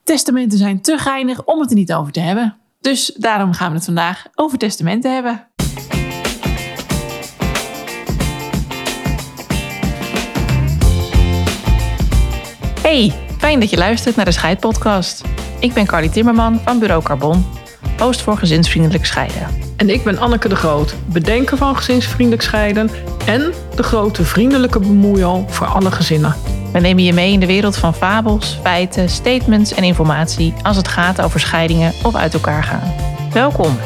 Testamenten zijn te geinig om het er niet over te hebben. Dus daarom gaan we het vandaag over testamenten hebben. Hey, fijn dat je luistert naar de Scheidpodcast. Ik ben Carly Timmerman van Bureau Carbon, host voor Gezinsvriendelijk Scheiden. En ik ben Anneke de Groot, bedenker van Gezinsvriendelijk Scheiden en de grote vriendelijke bemoeial voor alle gezinnen. We nemen je mee in de wereld van fabels, feiten, statements en informatie als het gaat over scheidingen of uit elkaar gaan. Welkom!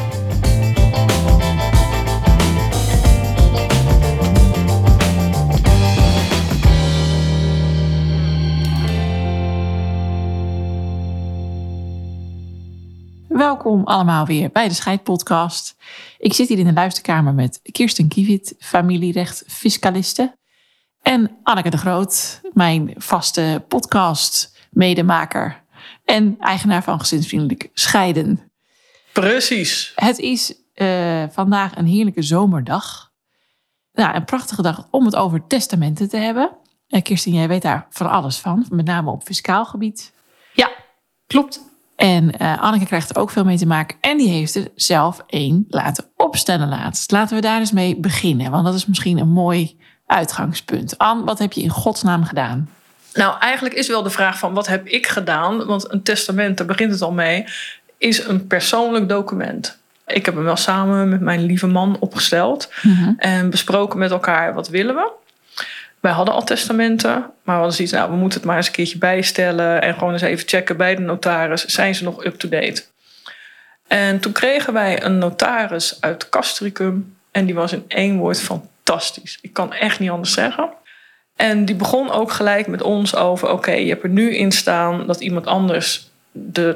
Welkom allemaal weer bij de Scheidpodcast. Ik zit hier in de luisterkamer met Kirsten Kiewit, familierecht fiscaliste. En Anneke de Groot, mijn vaste podcast-medemaker. En eigenaar van Gezinsvriendelijk Scheiden. Precies. Het is vandaag een heerlijke zomerdag. Nou, een prachtige dag om het over testamenten te hebben. Kirsten, jij weet daar van alles van. Met name op fiscaal gebied. Ja, klopt. En Anneke krijgt er ook veel mee te maken. En die heeft er zelf één laten opstellen laatst. Laten we daar eens mee beginnen. Want dat is misschien een mooi uitgangspunt. Anne, wat heb je in godsnaam gedaan? Nou, eigenlijk is wel de vraag van wat heb ik gedaan? Want een testament, daar begint het al mee, is een persoonlijk document. Ik heb hem wel samen met mijn lieve man opgesteld. En besproken met elkaar, wat willen we? Wij hadden al testamenten, maar we hadden zoiets, we moeten het maar eens een keertje bijstellen en gewoon eens even checken bij de notaris. Zijn ze nog up-to-date? En toen kregen wij een notaris uit Castricum en die was in één woord fantastisch. Ik kan echt niet anders zeggen. En die begon ook gelijk met ons over, oké, je hebt er nu in staan dat iemand anders de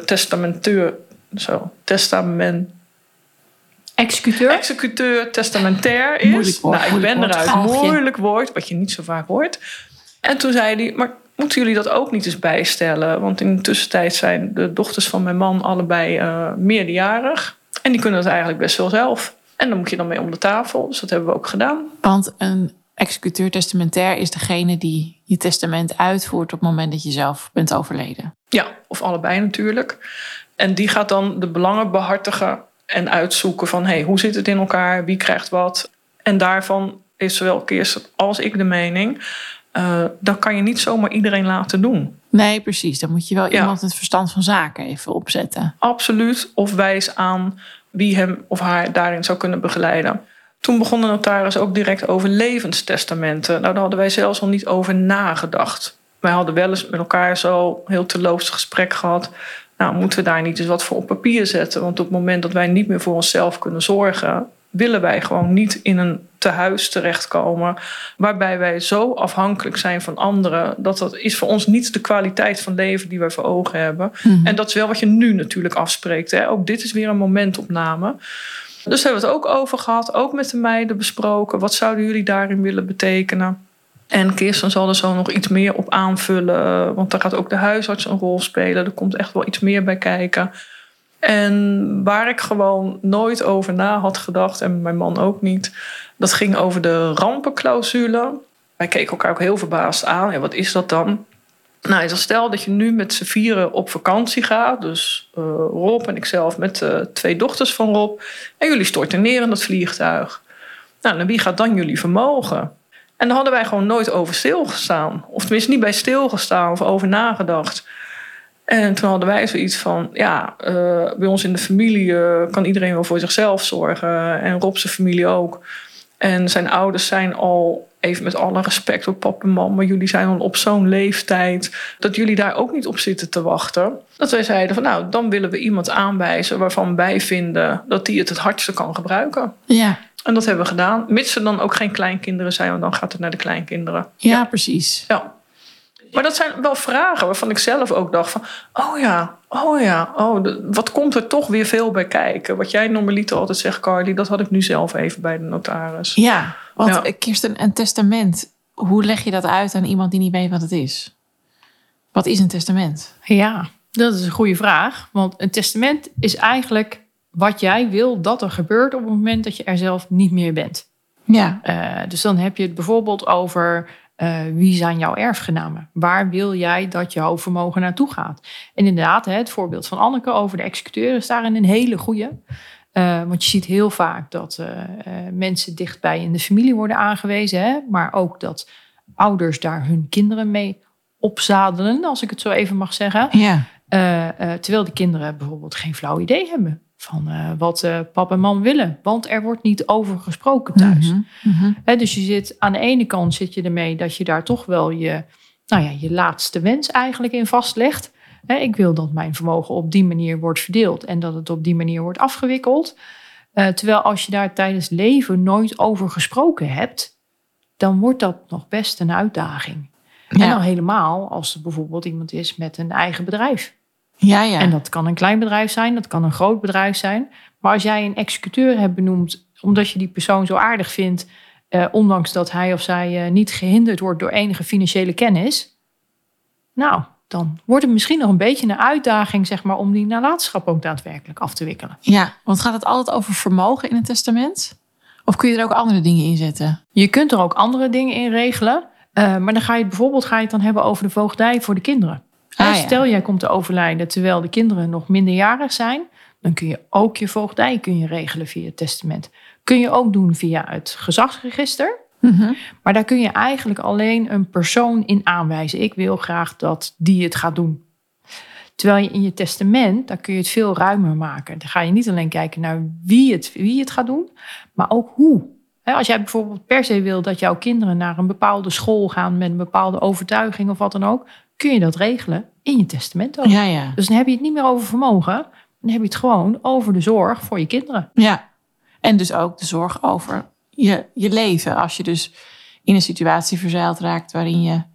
executeur testamentair is. Moeilijk woord, ik ben eruit. Galgje. Moeilijk woord, wat je niet zo vaak hoort. En toen zei hij, maar moeten jullie dat ook niet eens bijstellen? Want in de tussentijd zijn de dochters van mijn man allebei meerderjarig. En die kunnen het eigenlijk best wel zelf. En dan moet je dan mee om de tafel. Dus dat hebben we ook gedaan. Want een executeur testamentair is degene die je testament uitvoert op het moment dat je zelf bent overleden. Ja, of allebei natuurlijk. En die gaat dan de belangen behartigen en uitzoeken van hoe zit het in elkaar, wie krijgt wat. En daarvan is zowel Kirsten als ik de mening, dan kan je niet zomaar iedereen laten doen. Nee, precies. Dan moet je wel iemand met verstand van zaken even opzetten. Absoluut. Of wijs aan wie hem of haar daarin zou kunnen begeleiden. Toen begon de notaris ook direct over levenstestamenten. Nou, daar hadden wij zelfs al niet over nagedacht. Wij hadden wel eens met elkaar zo heel terloops gesprek gehad. Nou, moeten we daar niet eens wat voor op papier zetten? Want op het moment dat wij niet meer voor onszelf kunnen zorgen, willen wij gewoon niet in een tehuis terechtkomen waarbij wij zo afhankelijk zijn van anderen. Dat is voor ons niet de kwaliteit van leven die wij voor ogen hebben. En dat is wel wat je nu natuurlijk afspreekt. Hè? Ook dit is weer een momentopname. Dus hebben we het ook over gehad, ook met de meiden besproken. Wat zouden jullie daarin willen betekenen? En Kirsten zal er zo nog iets meer op aanvullen. Want daar gaat ook de huisarts een rol spelen. Er komt echt wel iets meer bij kijken. En waar ik gewoon nooit over na had gedacht, en mijn man ook niet, dat ging over de rampenclausule. Wij keken elkaar ook heel verbaasd aan. Ja, wat is dat dan? Nou, stel dat je nu met z'n vieren op vakantie gaat. Dus Rob en ikzelf met de 2 dochters van Rob. En jullie storten neer in dat vliegtuig. Nou, en wie gaat dan jullie vermogen? En daar hadden wij gewoon nooit over stilgestaan. Of tenminste niet bij stilgestaan of over nagedacht. En toen hadden wij zoiets van, bij ons in de familie kan iedereen wel voor zichzelf zorgen. En Rob zijn familie ook. En zijn ouders zijn al, even met alle respect op pap en mam, maar jullie zijn al op zo'n leeftijd dat jullie daar ook niet op zitten te wachten. Dat wij zeiden van, dan willen we iemand aanwijzen waarvan wij vinden dat die het hardste kan gebruiken. Ja. En dat hebben we gedaan. Mits er dan ook geen kleinkinderen zijn, want dan gaat het naar de kleinkinderen. Ja, precies. Ja. Maar dat zijn wel vragen waarvan ik zelf ook dacht van, wat komt er toch weer veel bij kijken? Wat jij normaliter altijd zegt, Carly, dat had ik nu zelf even bij de notaris. Ja, want Kirsten, een testament, hoe leg je dat uit aan iemand die niet weet wat het is? Wat is een testament? Ja, dat is een goede vraag. Want een testament is eigenlijk wat jij wil dat er gebeurt op het moment dat je er zelf niet meer bent. Ja. Dus dan heb je het bijvoorbeeld over Wie zijn jouw erfgenamen? Waar wil jij dat jouw vermogen naartoe gaat? En inderdaad, het voorbeeld van Anneke over de executeur is daarin een hele goeie. Want je ziet heel vaak dat mensen dichtbij in de familie worden aangewezen. Hè? Maar ook dat ouders daar hun kinderen mee opzadelen, als ik het zo even mag zeggen. Ja. Terwijl de kinderen bijvoorbeeld geen flauw idee hebben van wat pap en mam willen. Want er wordt niet over gesproken thuis. Mm-hmm. Dus je zit aan de ene kant zit je ermee dat je daar toch wel je laatste wens eigenlijk in vastlegt. Ik wil dat mijn vermogen op die manier wordt verdeeld en dat het op die manier wordt afgewikkeld. Terwijl als je daar tijdens leven nooit over gesproken hebt, dan wordt dat nog best een uitdaging. Ja. En dan helemaal als er bijvoorbeeld iemand is met een eigen bedrijf. Ja, ja. En dat kan een klein bedrijf zijn, dat kan een groot bedrijf zijn. Maar als jij een executeur hebt benoemd omdat je die persoon zo aardig vindt, ondanks dat hij of zij niet gehinderd wordt door enige financiële kennis, nou, dan wordt het misschien nog een beetje een uitdaging, zeg maar, om die nalatenschap ook daadwerkelijk af te wikkelen. Ja, want gaat het altijd over vermogen in een testament? Of kun je er ook andere dingen in zetten? Je kunt er ook andere dingen in regelen. Maar dan ga je het dan hebben over de voogdij voor de kinderen. Stel, jij komt te overlijden terwijl de kinderen nog minderjarig zijn, dan kun je ook je voogdij regelen via het testament. Kun je ook doen via het gezagsregister. Mm-hmm. Maar daar kun je eigenlijk alleen een persoon in aanwijzen. Ik wil graag dat die het gaat doen. Terwijl je in je testament, daar kun je het veel ruimer maken. Dan ga je niet alleen kijken naar wie het gaat doen, maar ook hoe. Als jij bijvoorbeeld per se wil dat jouw kinderen naar een bepaalde school gaan met een bepaalde overtuiging of wat dan ook, kun je dat regelen in je testament ook. Ja, ja. Dus dan heb je het niet meer over vermogen, dan heb je het gewoon over de zorg voor je kinderen. Ja, en dus ook de zorg over je leven. Als je dus in een situatie verzeild raakt waarin je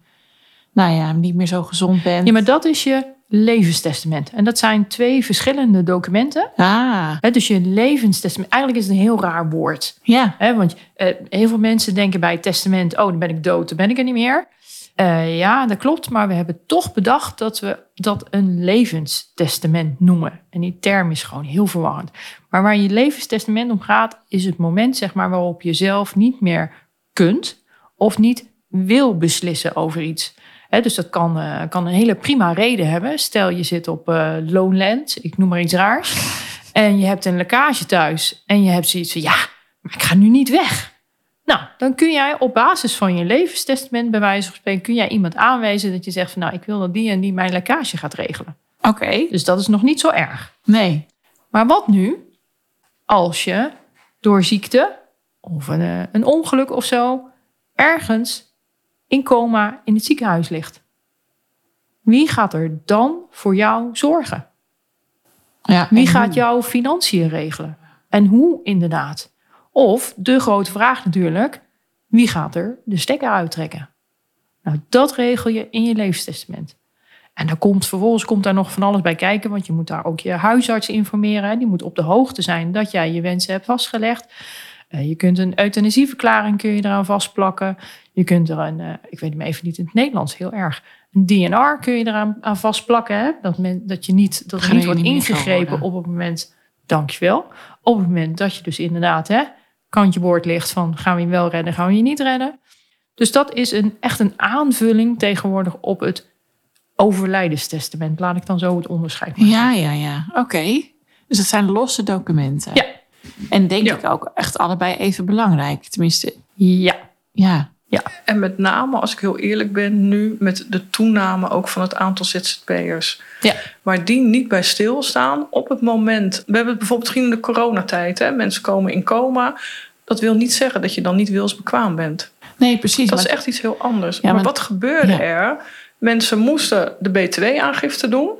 niet meer zo gezond bent. Ja, maar dat is je levenstestament. En dat zijn 2 verschillende documenten. Dus je levenstestament, eigenlijk is het een heel raar woord. Ja. Want heel veel mensen denken bij het testament, dan ben ik dood, dan ben ik er niet meer. Ja, dat klopt, maar we hebben toch bedacht dat we dat een levenstestament noemen. En die term is gewoon heel verwarrend. Maar waar je levenstestament om gaat, is het moment, zeg maar, waarop je zelf niet meer kunt of niet wil beslissen over iets. Dus dat kan een hele prima reden hebben. Stel, je zit op Loonland, ik noem maar iets raars. En je hebt een lekkage thuis. En je hebt zoiets van, maar ik ga nu niet weg. Nou, dan kun jij op basis van je levenstestament, bij wijze van spreken, kun jij iemand aanwijzen dat je zegt van, ik wil dat die en die mijn lekkage gaat regelen. Oké. Dus dat is nog niet zo erg. Nee. Maar wat nu als je door ziekte of een ongeluk of zo ergens in coma in het ziekenhuis ligt? Wie gaat er dan voor jou zorgen? Ja, Wie gaat jouw financiën regelen? En hoe inderdaad? Of de grote vraag natuurlijk, wie gaat er de stekker uittrekken? Nou, dat regel je in je levenstestament. En vervolgens komt daar nog van alles bij kijken, want je moet daar ook je huisarts informeren. Die moet op de hoogte zijn dat jij je wensen hebt vastgelegd. Je kunt een euthanasieverklaring eraan vastplakken. Je kunt er ik weet hem even niet in het Nederlands, heel erg. Een DNR kun je eraan vastplakken. Hè? Dat er niet wordt ingegrepen op het moment, dankjewel. Op het moment dat je dus inderdaad kantje boord ligt van, gaan we je wel redden, gaan we je niet redden. Dus dat is echt een aanvulling tegenwoordig op het overlijdenstestament. Laat ik dan zo het onderscheid maken. Ja. Oké. Dus dat zijn losse documenten. Ja. En denk ik ook echt allebei even belangrijk. Tenminste. Ja. En met name, als ik heel eerlijk ben, nu met de toename ook van het aantal ZZP'ers. Ja. Waar die niet bij stilstaan op het moment. We hebben het bijvoorbeeld gezien in de coronatijd. Mensen komen in coma. Dat wil niet zeggen dat je dan niet wilsbekwaam bent. Nee, precies. Dat is echt iets heel anders. Ja, maar wat gebeurde er? Mensen moesten de BTW-aangifte doen.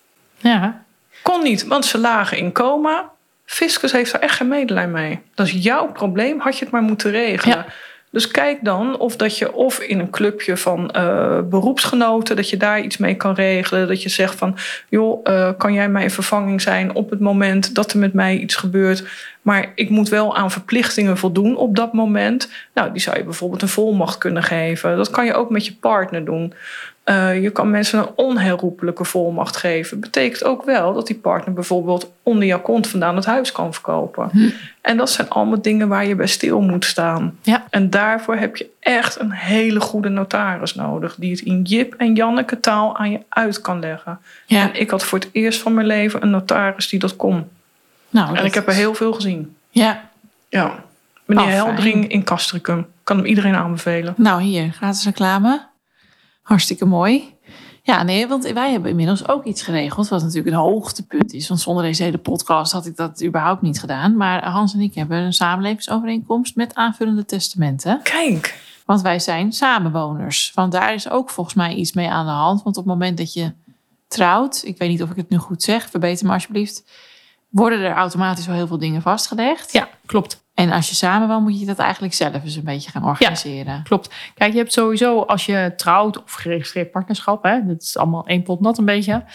Ja. Kon niet, want ze lagen in coma. Fiscus heeft daar echt geen medelijden mee. Dat is jouw probleem, had je het maar moeten regelen. Ja. Dus kijk dan of je of in een clubje van beroepsgenoten, dat je daar iets mee kan regelen. Dat je zegt van, joh, kan jij mijn vervanging zijn op het moment dat er met mij iets gebeurt. Maar ik moet wel aan verplichtingen voldoen op dat moment. Nou, die zou je bijvoorbeeld een volmacht kunnen geven. Dat kan je ook met je partner doen. Je kan mensen een onherroepelijke volmacht geven. Betekent ook wel dat die partner bijvoorbeeld onder jouw kont vandaan het huis kan verkopen. En dat zijn allemaal dingen waar je bij stil moet staan. Ja. En daarvoor heb je echt een hele goede notaris nodig. Die het in Jip en Janneke taal aan je uit kan leggen. Ja. En ik had voor het eerst van mijn leven een notaris die dat kon. Nou, En ik heb er heel veel gezien. Ja. Ja. Meneer Oh, fijn. Heldring in Castricum. Kan hem iedereen aanbevelen. Nou, hier, gratis reclame. Hartstikke mooi. Ja, nee, want wij hebben inmiddels ook iets geregeld, wat natuurlijk een hoogtepunt is. Want zonder deze hele podcast had ik dat überhaupt niet gedaan. Maar Hans en ik hebben een samenlevingsovereenkomst met aanvullende testamenten. Kijk. Want wij zijn samenwoners. Want daar is ook volgens mij iets mee aan de hand. Want op het moment dat je trouwt, ik weet niet of ik het nu goed zeg, verbeter me alsjeblieft, worden er automatisch wel heel veel dingen vastgelegd. Ja, klopt. En als je samenwoont, moet je dat eigenlijk zelf eens een beetje gaan organiseren. Klopt. Kijk, je hebt sowieso als je trouwt of geregistreerd partnerschap, hè, dat is allemaal één pot nat een beetje,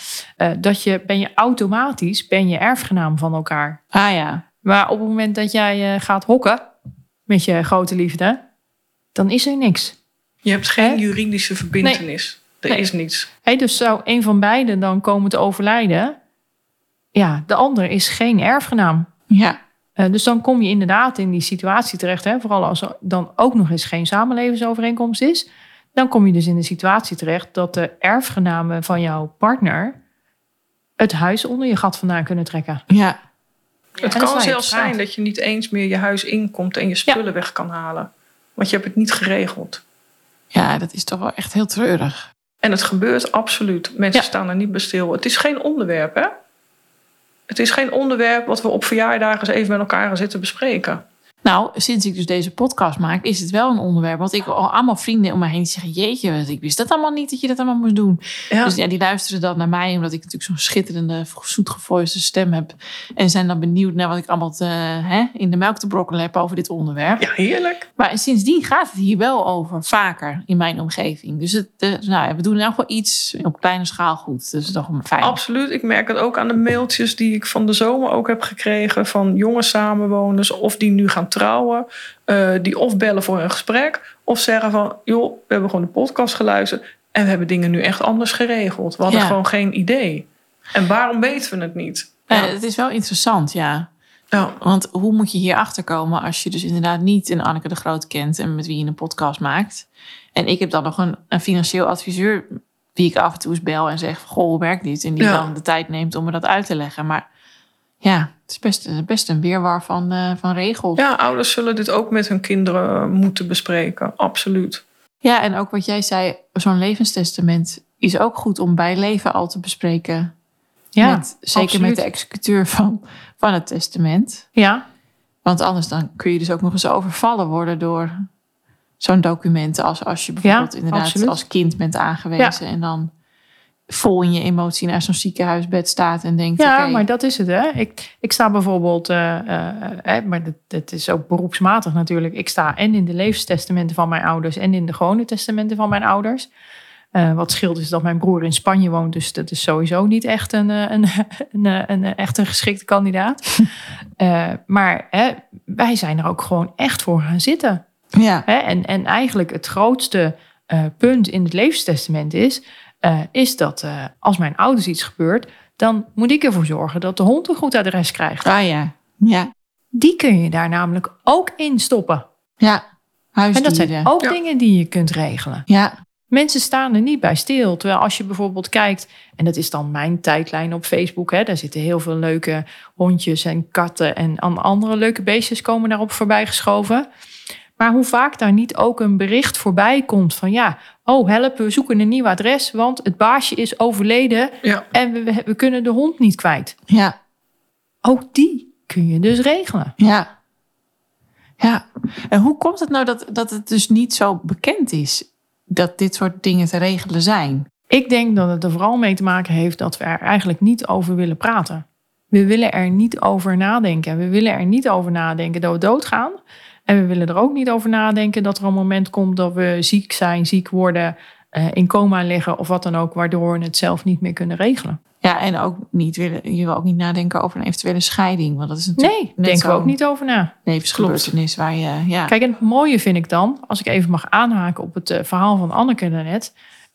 ben je automatisch erfgenaam van elkaar. Ah ja. Maar op het moment dat jij gaat hokken met je grote liefde, dan is er niks. Je hebt geen juridische verbintenis. Er Nee. is niets. Dus zou een van beiden dan komen te overlijden, ja, de ander is geen erfgenaam. Ja. Dus dan kom je inderdaad in die situatie terecht. Hè? Vooral als er dan ook nog eens geen samenlevingsovereenkomst is. Dan kom je dus in de situatie terecht dat de erfgenamen van jouw partner het huis onder je gat vandaan kunnen trekken. Ja. Het En dan kan sta je zelfs op straat. zijn dat je niet eens meer je huis inkomt en je spullen weg kan halen. Want je hebt het niet geregeld. Ja, dat is toch wel echt heel treurig. En het gebeurt absoluut. Mensen Ja. staan er niet bij stil. Het is geen onderwerp, hè? Het is geen onderwerp wat we op verjaardagen eens even met elkaar gaan zitten bespreken. Nou, sinds ik dus deze podcast maak, is het wel een onderwerp. Want ik al allemaal vrienden om me heen die zeggen, jeetje, ik wist dat allemaal niet dat je dat allemaal moest doen. Ja. Dus ja, die luisteren dan naar mij, omdat ik natuurlijk zo'n schitterende, zoetgevoiste stem heb. En zijn dan benieuwd naar wat ik allemaal in de melk te brokkelen heb over dit onderwerp. Ja, heerlijk. Maar sindsdien gaat het hier wel over, vaker in mijn omgeving. Dus we doen in elk geval iets op kleine schaal goed. Dus dat is toch fijn. Absoluut. Ik merk het ook aan de mailtjes die ik van de zomer ook heb gekregen van jonge samenwoners of die nu gaan trouwen. Die of bellen voor een gesprek of zeggen van, joh, we hebben gewoon de podcast geluisterd en we hebben dingen nu echt anders geregeld. We hadden gewoon geen idee. En waarom weten we het niet? Het is wel interessant, ja. Ja. Want hoe moet je hier achter komen als je dus inderdaad niet een Anneke de Groot kent en met wie je een podcast maakt? En ik heb dan nog een financieel adviseur wie ik af en toe eens bel en zeg, goh, hoe werkt dit? En die dan de tijd neemt om me dat uit te leggen. Maar ja, het is best een weerwar van regels. Ja, ouders zullen dit ook met hun kinderen moeten bespreken. Absoluut. Ja, en ook wat jij zei, zo'n levenstestament is ook goed om bij leven al te bespreken. Ja, Zeker absoluut. met de executeur van het testament. Ja, Want anders dan kun je dus ook nog eens overvallen worden door zo'n document. Als je bijvoorbeeld inderdaad absoluut. als kind bent aangewezen. En dan vol in je emotie naar zo'n ziekenhuisbed staat en denkt, ja, oké. maar dat is het. Hè? Ik sta bijvoorbeeld, maar dat is ook beroepsmatig natuurlijk. Ik sta en in de levenstestamenten van mijn ouders en in de gewone testamenten van mijn ouders. Wat scheelt is dat mijn broer in Spanje woont, dus dat is sowieso niet echt echt een geschikte kandidaat. Maar wij zijn er ook gewoon echt voor gaan zitten. Ja. En eigenlijk het grootste punt in het levenstestament is dat als mijn ouders iets gebeurt, dan moet ik ervoor zorgen dat de hond een goed adres krijgt. Ah ja. Ja. Die kun je daar namelijk ook in stoppen. Ja. En Huisdieren. dat zijn ook dingen die je kunt regelen. Ja. Mensen staan er niet bij stil. Terwijl als je bijvoorbeeld kijkt, en dat is dan mijn tijdlijn op Facebook, daar zitten heel veel leuke hondjes en katten en andere leuke beestjes komen daarop voorbij geschoven. Maar hoe vaak daar niet ook een bericht voorbij komt van help, we zoeken een nieuw adres, want het baasje is overleden en we kunnen de hond niet kwijt. Ja. Ook die kun je dus regelen. Ja. Ja. En hoe komt het nou dat het dus niet zo bekend is dat dit soort dingen te regelen zijn? Ik denk dat het er vooral mee te maken heeft dat we er eigenlijk niet over willen praten. We willen er niet over nadenken. We willen er niet over nadenken dat we doodgaan. En we willen er ook niet over nadenken dat er een moment komt dat we ziek zijn, ziek worden, in coma liggen of wat dan ook, waardoor we het zelf niet meer kunnen regelen. Ja, en ook je wil ook niet nadenken over een eventuele scheiding. Want dat is natuurlijk Nee, daar denken we ook niet over na. levensgebeurtenis waar je... Ja. Kijk, en het mooie vind ik dan, als ik even mag aanhaken op het verhaal van Anneke daarnet.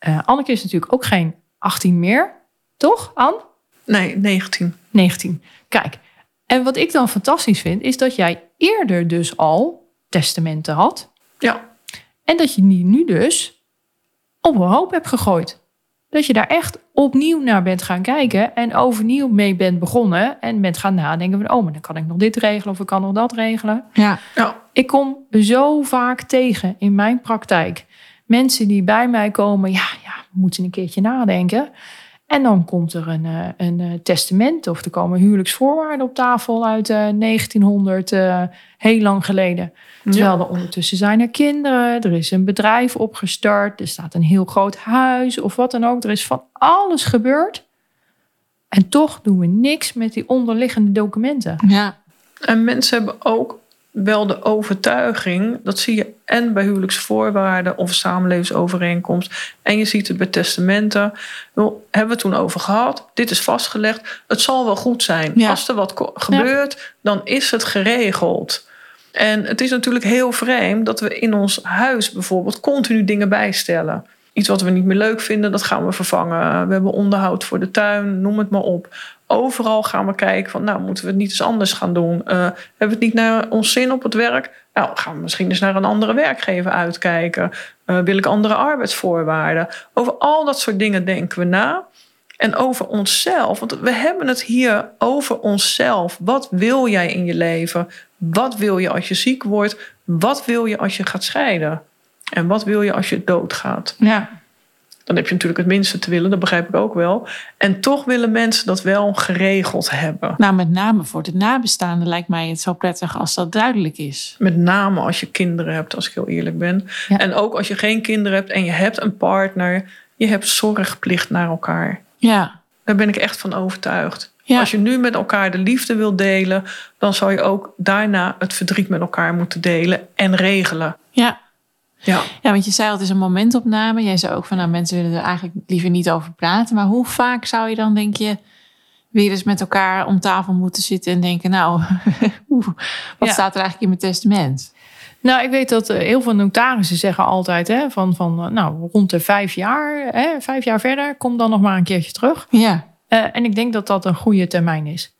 Anneke is natuurlijk ook geen 18 meer. Toch, Ann? Nee, 19. 19. Kijk, en wat ik dan fantastisch vind, is dat jij eerder dus al testamenten had. Ja. En dat je die nu dus op een hoop hebt gegooid. Dat je daar echt opnieuw naar bent gaan kijken en overnieuw mee bent begonnen. En bent gaan nadenken van, maar dan kan ik nog dit regelen of ik kan nog dat regelen. Ja. Ik kom zo vaak tegen in mijn praktijk mensen die bij mij komen, we moeten een keertje nadenken. En dan komt er een testament of er komen huwelijksvoorwaarden op tafel uit 1900, heel lang geleden. Terwijl er ondertussen zijn er kinderen, er is een bedrijf opgestart, er staat een heel groot huis of wat dan ook. Er is van alles gebeurd. En toch doen we niks met die onderliggende documenten. Ja. En mensen hebben ook wel de overtuiging, dat zie je en bij huwelijksvoorwaarden of samenlevingsovereenkomst. En je ziet het bij testamenten. Hebben we het toen over gehad. Dit is vastgelegd. Het zal wel goed zijn. Ja. Als er wat gebeurt, dan is het geregeld. En het is natuurlijk heel vreemd dat we in ons huis bijvoorbeeld continu dingen bijstellen. Iets wat we niet meer leuk vinden, dat gaan we vervangen. We hebben onderhoud voor de tuin, noem het maar op. Overal gaan we kijken van, moeten we het niet eens anders gaan doen? Hebben we het niet naar ons zin op het werk? Nou, gaan we misschien eens naar een andere werkgever uitkijken. Wil ik andere arbeidsvoorwaarden? Over al dat soort dingen denken we na. En over onszelf, want we hebben het hier over onszelf. Wat wil jij in je leven? Wat wil je als je ziek wordt? Wat wil je als je gaat scheiden? En wat wil je als je doodgaat? Ja. Dan heb je natuurlijk het minste te willen, dat begrijp ik ook wel. En toch willen mensen dat wel geregeld hebben. Nou, met name voor de nabestaanden lijkt mij het zo prettig als dat duidelijk is. Met name als je kinderen hebt, als ik heel eerlijk ben. Ja. En ook als je geen kinderen hebt en je hebt een partner. Je hebt zorgplicht naar elkaar. Ja. Daar ben ik echt van overtuigd. Ja. Als je nu met elkaar de liefde wilt delen, dan zal je ook daarna het verdriet met elkaar moeten delen en regelen. Ja. Ja. Ja, want je zei al, het is een momentopname. Jij zei ook van, mensen willen er eigenlijk liever niet over praten. Maar hoe vaak zou je dan, denk je, weer eens met elkaar om tafel moeten zitten en denken, wat staat er eigenlijk in mijn testament? Nou, ik weet dat heel veel notarissen zeggen altijd van rond de 5 jaar, 5 jaar verder, kom dan nog maar een keertje terug. Ja. En ik denk dat dat een goede termijn is.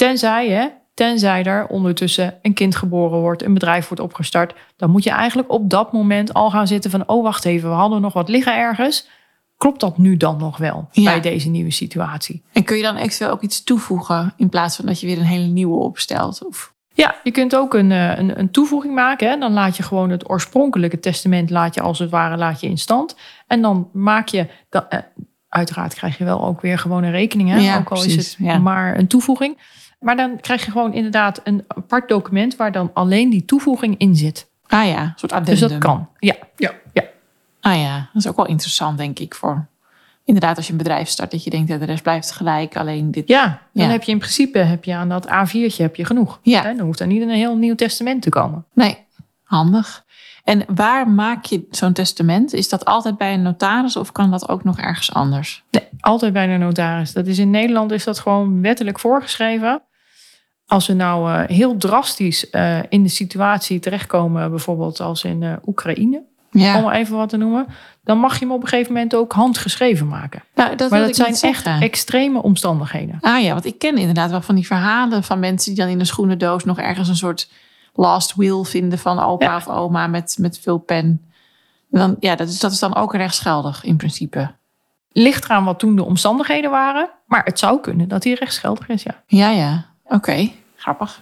Tenzij er ondertussen een kind geboren wordt, een bedrijf wordt opgestart, dan moet je eigenlijk op dat moment al gaan zitten van, wacht even, we hadden nog wat liggen ergens. Klopt dat nu dan nog wel bij deze nieuwe situatie? En kun je dan eventueel ook iets toevoegen in plaats van dat je weer een hele nieuwe opstelt? Of? Ja, je kunt ook een toevoeging maken. Hè? Dan laat je gewoon het oorspronkelijke testament als het ware in stand. En dan maak je, uiteraard krijg je wel ook weer gewoon een rekening. Hè? Ja, ook al precies, is het maar een toevoeging. Maar dan krijg je gewoon inderdaad een apart document waar dan alleen die toevoeging in zit. Ah ja, een soort addendum. Dus dat kan, ja. Ah ja, dat is ook wel interessant, denk ik, voor inderdaad als je een bedrijf start, dat je denkt dat de rest blijft gelijk, alleen dit. Ja, dan heb je in principe aan dat A4'tje heb je genoeg. Ja. Dan hoeft er niet een heel nieuw testament te komen. Nee, handig. En waar maak je zo'n testament? Is dat altijd bij een notaris of kan dat ook nog ergens anders? Nee, altijd bij de notaris. Dat is in Nederland is dat gewoon wettelijk voorgeschreven. Als we nou heel drastisch in de situatie terechtkomen, bijvoorbeeld als in Oekraïne, om maar even wat te noemen, dan mag je hem op een gegeven moment ook handgeschreven maken. Nou, maar dat zijn echt extreme omstandigheden. Ah ja, want ik ken inderdaad wel van die verhalen van mensen die dan in een schoenendoos nog ergens een soort last will vinden van opa of oma met veel pen. Dan, dat is dan ook rechtsgeldig in principe. Ligt eraan wat toen de omstandigheden waren, maar het zou kunnen dat die rechtsgeldig is, ja. Ja. Oké, grappig.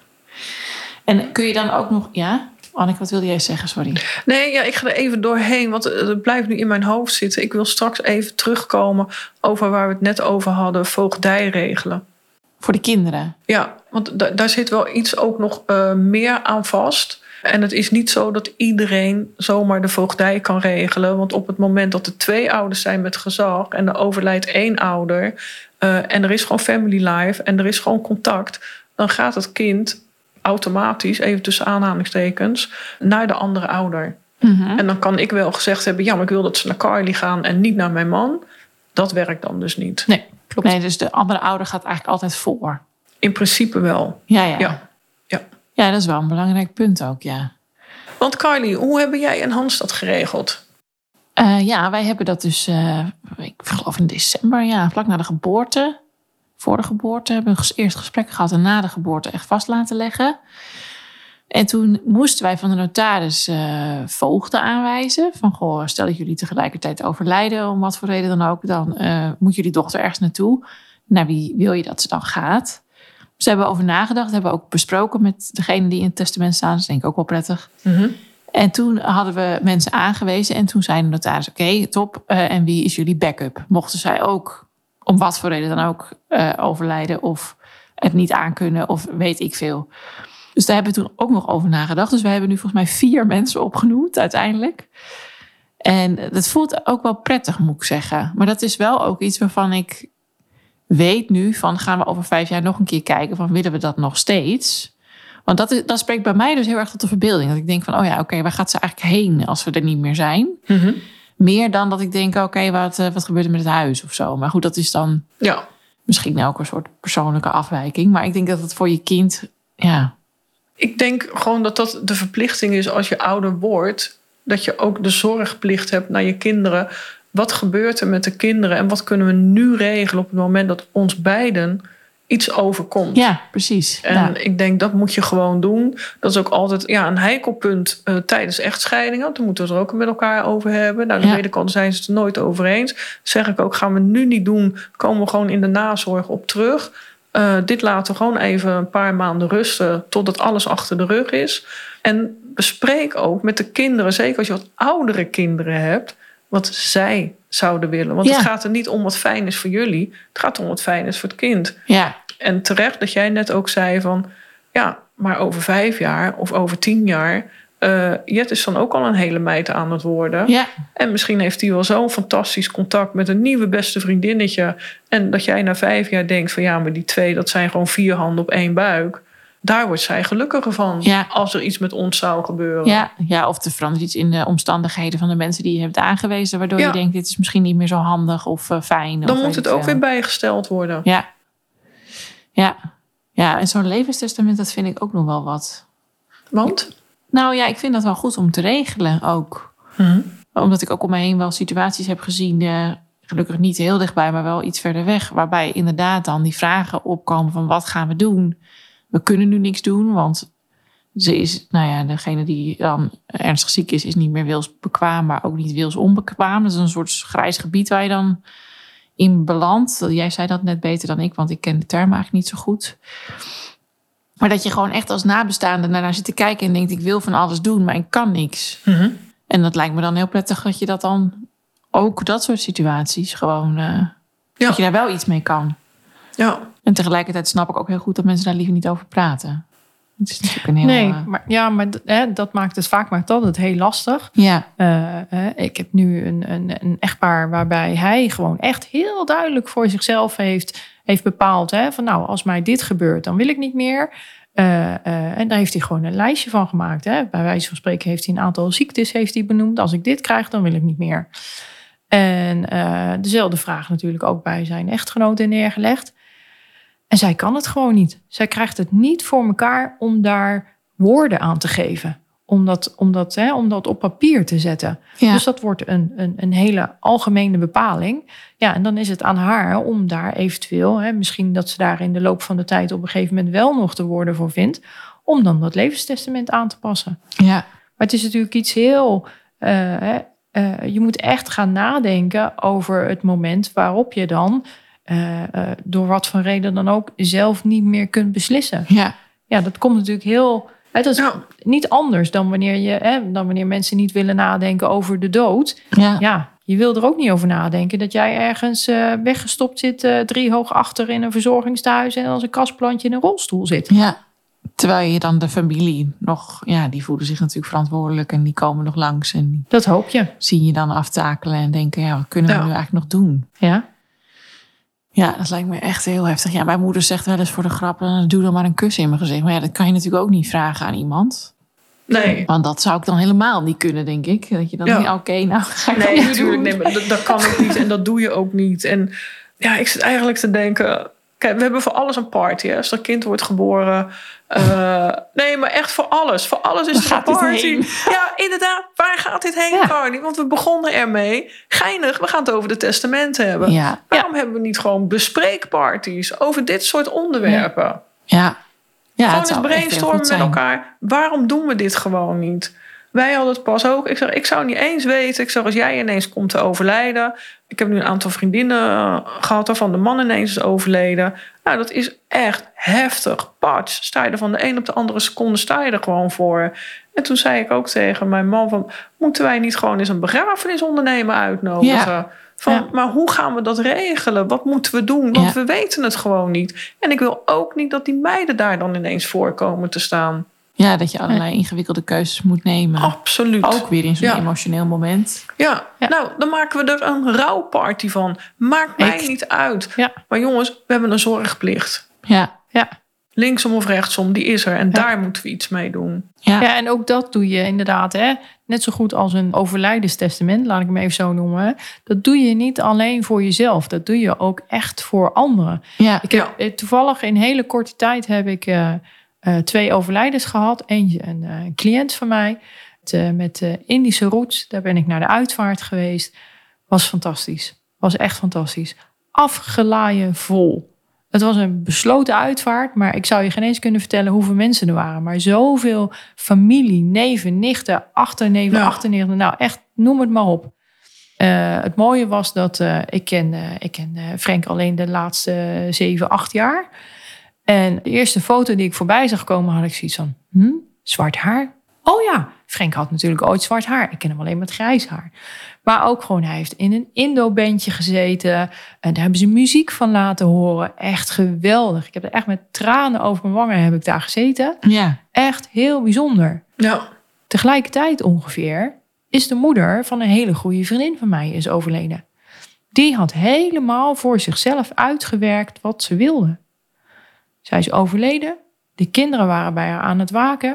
En kun je dan ook nog, Anneke, wat wilde jij zeggen? Sorry. Nee, ik ga er even doorheen, want het blijft nu in mijn hoofd zitten. Ik wil straks even terugkomen over waar we het net over hadden, voogdijregelen. Voor de kinderen? Ja, want daar zit wel iets ook nog meer aan vast. En het is niet zo dat iedereen zomaar de voogdij kan regelen. Want op het moment dat er 2 ouders zijn met gezag en er overlijdt 1 ouder, en er is gewoon family life en er is gewoon contact, dan gaat het kind automatisch, even tussen aanhalingstekens, naar de andere ouder. Mm-hmm. En dan kan ik wel gezegd hebben, maar ik wil dat ze naar Carly gaan en niet naar mijn man. Dat werkt dan dus niet. Nee, klopt. Nee, dus de andere ouder gaat eigenlijk altijd voor. In principe wel. Ja, dat is wel een belangrijk punt ook, ja. Want Carly, hoe hebben jij en Hans dat geregeld? Wij hebben dat dus, ik geloof in december, vlak na de geboorte. Voor de geboorte hebben we eerst gesprekken gehad en na de geboorte echt vast laten leggen. En toen moesten wij van de notaris voogden aanwijzen. Van, goh, stel dat jullie tegelijkertijd overlijden, om wat voor reden dan ook. Dan moet jullie dochter ergens naartoe. Naar wie wil je dat ze dan gaat? Dus hebben we over nagedacht. Hebben we ook besproken met degene die in het testament staan. Dat is denk ik ook wel prettig. Mm-hmm. En toen hadden we mensen aangewezen. En toen zei de notaris, oké, top. En wie is jullie backup? Mochten zij ook, om wat voor reden dan ook, overlijden. Of het niet aankunnen. Of weet ik veel. Dus daar hebben we toen ook nog over nagedacht. Dus we hebben nu volgens mij 4 mensen opgenoemd uiteindelijk. En dat voelt ook wel prettig, moet ik zeggen. Maar dat is wel ook iets waarvan ik weet nu van, gaan we over 5 jaar nog een keer kijken van, willen we dat nog steeds? Want dat spreekt bij mij dus heel erg tot de verbeelding. Dat ik denk van, waar gaat ze eigenlijk heen als we er niet meer zijn? Mm-hmm. Meer dan dat ik denk, wat gebeurt er met het huis of zo? Maar goed, dat is dan misschien ook een soort persoonlijke afwijking. Maar ik denk dat het voor je kind, Ik denk gewoon dat de verplichting is als je ouder wordt, dat je ook de zorgplicht hebt naar je kinderen. Wat gebeurt er met de kinderen en wat kunnen we nu regelen op het moment dat ons beiden iets overkomt? Ja, precies. En ik denk, dat moet je gewoon doen. Dat is ook altijd een heikelpunt tijdens echtscheidingen. Dan moeten we het er ook met elkaar over hebben. Nou, de wederkant zijn ze het er nooit over eens. Zeg ik ook, gaan we nu niet doen. Komen we gewoon in de nazorg op terug. Dit laten we gewoon even een paar maanden rusten totdat alles achter de rug is. En bespreek ook met de kinderen, zeker als je wat oudere kinderen hebt, wat zij zouden willen. Want het gaat er niet om wat fijn is voor jullie. Het gaat om wat fijn is voor het kind. Ja. En terecht dat jij net ook zei van, maar over 5 jaar of over 10 jaar, Jet is dan ook al een hele meid aan het worden. Ja. En misschien heeft hij wel zo'n fantastisch contact met een nieuwe beste vriendinnetje. En dat jij na 5 jaar denkt van, maar die 2, dat zijn gewoon 4 handen op 1 buik. Daar wordt zij gelukkiger van, als er iets met ons zou gebeuren. Ja, of er verandert iets in de omstandigheden van de mensen die je hebt aangewezen, waardoor je denkt, dit is misschien niet meer zo handig of fijn. Dan moet het ook weer bijgesteld worden. Ja, en zo'n levenstestament, dat vind ik ook nog wel wat. Want? Nou ja, ik vind dat wel goed om te regelen ook. Mm-hmm. Omdat ik ook om me heen wel situaties heb gezien, gelukkig niet heel dichtbij, maar wel iets verder weg, waarbij inderdaad dan die vragen opkomen van, wat gaan we doen? We kunnen nu niks doen, want ze is, degene die dan ernstig ziek is niet meer wilsbekwaam, maar ook niet wilsonbekwaam. Dat is een soort grijs gebied waar je dan in belandt. Jij zei dat net beter dan ik, want ik ken de term eigenlijk niet zo goed. Maar dat je gewoon echt als nabestaande naar zit te kijken en denkt, ik wil van alles doen, maar ik kan niks. Mm-hmm. En dat lijkt me dan heel prettig dat je dat dan ook dat soort situaties gewoon, dat je daar wel iets mee kan. Ja. En tegelijkertijd snap ik ook heel goed dat mensen daar liever niet over praten. Het is natuurlijk een heel... maar dat maakt het vaak altijd heel lastig. Ja. Ik heb nu een echtpaar waarbij hij gewoon echt heel duidelijk voor zichzelf heeft bepaald. Van als mij dit gebeurt, dan wil ik niet meer. En daar heeft hij gewoon een lijstje van gemaakt. Bij wijze van spreken heeft hij een aantal ziektes benoemd. Als ik dit krijg, dan wil ik niet meer. En dezelfde vraag natuurlijk ook bij zijn echtgenote neergelegd. En zij kan het gewoon niet. Zij krijgt het niet voor elkaar om daar woorden aan te geven. Om dat op papier te zetten. Ja. Dus dat wordt een hele algemene bepaling. Ja, en dan is het aan haar om daar eventueel, misschien dat ze daar in de loop van de tijd op een gegeven moment wel nog de woorden voor vindt, om dan dat levenstestament aan te passen. Ja. Maar het is natuurlijk iets heel... je moet echt gaan nadenken over het moment waarop je dan, door wat voor reden dan ook, zelf niet meer kunt beslissen. Ja, dat komt natuurlijk heel... Dat is niet anders dan wanneer mensen niet willen nadenken over de dood. Ja, je wil er ook niet over nadenken dat jij ergens weggestopt zit, 3 hoog achter in een verzorgingstehuis en als een kastplantje in een rolstoel zit. Ja, terwijl je dan de familie nog, die voelen zich natuurlijk verantwoordelijk en die komen nog langs. En dat hoop je. Zie je dan aftakelen en denken, wat kunnen we nu eigenlijk nog doen? Ja, dat lijkt me echt heel heftig. Ja, mijn moeder zegt wel eens voor de grap, doe dan maar een kus in mijn gezicht. Maar dat kan je natuurlijk ook niet vragen aan iemand. Nee. Want dat zou ik dan helemaal niet kunnen, denk ik. Dat je dan niet, ga ik dat natuurlijk. Nee, maar dat kan ook niet en dat doe je ook niet. En ik zit eigenlijk te denken, Kijk, we hebben voor alles een party. Hè? Als er een kind wordt geboren. Nee, maar echt voor alles. Voor alles is er een party. Ja, inderdaad. Waar gaat dit heen, Carly? Want we begonnen ermee. Geinig, we gaan het over de testamenten hebben. Ja. Waarom hebben we niet gewoon bespreekparties over dit soort onderwerpen? Ja. Gewoon eens brainstormen met elkaar. Waarom doen we dit gewoon niet? Wij hadden het pas ook. Ik zou niet eens weten. Ik zeg, als jij ineens komt te overlijden. Ik heb nu een aantal vriendinnen gehad waarvan de man ineens is overleden. Nou, dat is echt heftig. Patch, sta je er van de een op de andere seconde sta je er gewoon voor. En toen zei ik ook tegen mijn man van, moeten wij niet gewoon eens een begrafenisondernemer uitnodigen? Ja. Maar hoe gaan we dat regelen? Wat moeten we doen? Want we weten het gewoon niet. En ik wil ook niet dat die meiden daar dan ineens voor komen te staan. Ja, dat je allerlei ingewikkelde keuzes moet nemen. Absoluut. Ook weer in zo'n emotioneel moment. Ja, nou, dan maken we er een rouwparty van. Maakt mij niet uit. Ja. Maar jongens, we hebben een zorgplicht. Ja. Linksom of rechtsom, die is er. En daar moeten we iets mee doen. Ja, en ook dat doe je inderdaad. Hè? Net zo goed als een overlijdenstestament, laat ik hem even zo noemen. Hè? Dat doe je niet alleen voor jezelf. Dat doe je ook echt voor anderen. Ja. Ik heb, toevallig in hele korte tijd heb ik 2 overlijdens gehad. Eentje een cliënt van mij met Indische roots. Daar ben ik naar de uitvaart geweest. Was fantastisch. Was echt fantastisch. Afgelaaien vol. Het was een besloten uitvaart, maar ik zou je geen eens kunnen vertellen hoeveel mensen er waren. Maar zoveel familie, neven, nichten, achterneven, achternichten. Nou, echt, noem het maar op. Het mooie was dat ik ken Frank alleen de laatste 7, 8 jaar. En de eerste foto die ik voorbij zag komen, had ik zoiets van, zwart haar? Oh ja, Frank had natuurlijk ooit zwart haar. Ik ken hem alleen met grijs haar. Maar ook gewoon, hij heeft in een Indo-bandje gezeten. En daar hebben ze muziek van laten horen. Echt geweldig. Ik heb er echt met tranen over mijn wangen heb ik daar gezeten. Ja. Echt heel bijzonder. Ja. Tegelijkertijd ongeveer is de moeder van een hele goede vriendin van mij is overleden. Die had helemaal voor zichzelf uitgewerkt wat ze wilde. Zij is overleden. De kinderen waren bij haar aan het waken.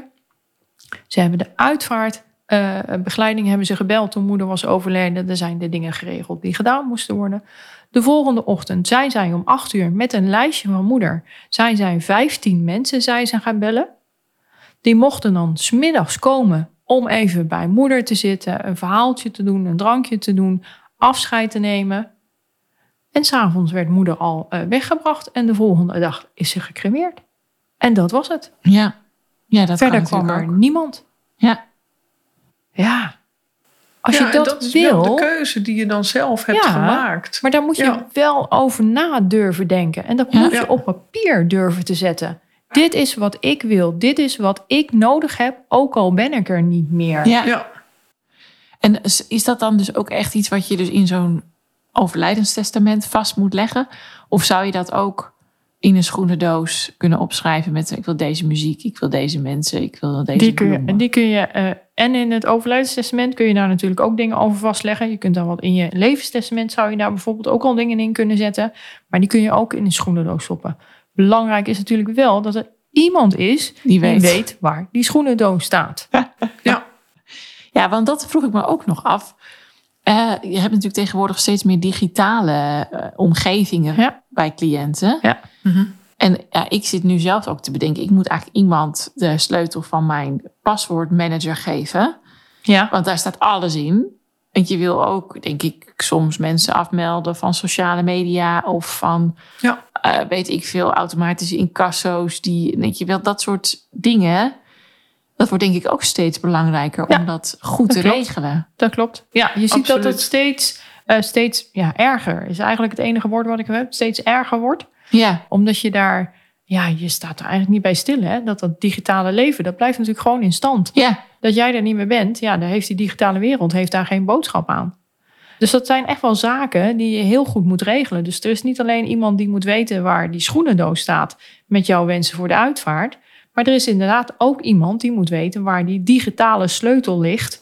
Ze hebben de uitvaartbegeleiding hebben ze gebeld toen moeder was overleden. Er zijn de dingen geregeld die gedaan moesten worden. De volgende ochtend zijn zij om 8:00 met een lijstje van moeder. Zijn 15 mensen zijn gaan bellen. Die mochten dan 's middags komen om even bij moeder te zitten. Een verhaaltje te doen, een drankje te doen. Afscheid te nemen. En 's avonds werd moeder al weggebracht. En de volgende dag is ze gecremeerd. En dat was het. Ja, dat verder kwam er niemand. Ja. Als je dat is wil, wel de keuze die je dan zelf hebt gemaakt. Maar daar moet je wel over na durven denken. En dat moet je op papier durven te zetten. Dit is wat ik wil. Dit is wat ik nodig heb. Ook al ben ik er niet meer. Ja. En is dat dan dus ook echt iets wat je dus in zo'n overlijdenstestament vast moet leggen? Of zou je dat ook in een schoenendoos kunnen opschrijven met ik wil deze muziek, ik wil deze mensen, ik wil deze bloemen. Die kun je en in het overlijdenstestament kun je daar natuurlijk ook dingen over vastleggen. Je kunt dan wat in je levenstestament zou je daar bijvoorbeeld ook al dingen in kunnen zetten. Maar die kun je ook in een schoenendoos stoppen. Belangrijk is natuurlijk wel dat er iemand is die weet waar die schoenendoos staat. Ja, want dat vroeg ik me ook nog af. Je hebt natuurlijk tegenwoordig steeds meer digitale omgevingen bij cliënten. Ja. Mm-hmm. En ik zit nu zelf ook te bedenken, ik moet eigenlijk iemand de sleutel van mijn paswoordmanager geven. Ja. Want daar staat alles in. Want je wil ook, denk ik, soms mensen afmelden van sociale media of van, weet ik veel, automatische incasso's. Je wilt dat soort dingen. Dat wordt denk ik ook steeds belangrijker om dat goed te regelen. Dat klopt. Ja, je ziet dat het steeds erger is. Eigenlijk het enige woord wat ik heb. Steeds erger wordt. Ja. Omdat je daar, je staat er eigenlijk niet bij stil. Hè? Dat digitale leven, dat blijft natuurlijk gewoon in stand. Ja. Dat jij er niet meer bent, daar heeft die digitale wereld daar geen boodschap aan. Dus dat zijn echt wel zaken die je heel goed moet regelen. Dus er is niet alleen iemand die moet weten waar die schoenendoos staat met jouw wensen voor de uitvaart. Maar er is inderdaad ook iemand die moet weten waar die digitale sleutel ligt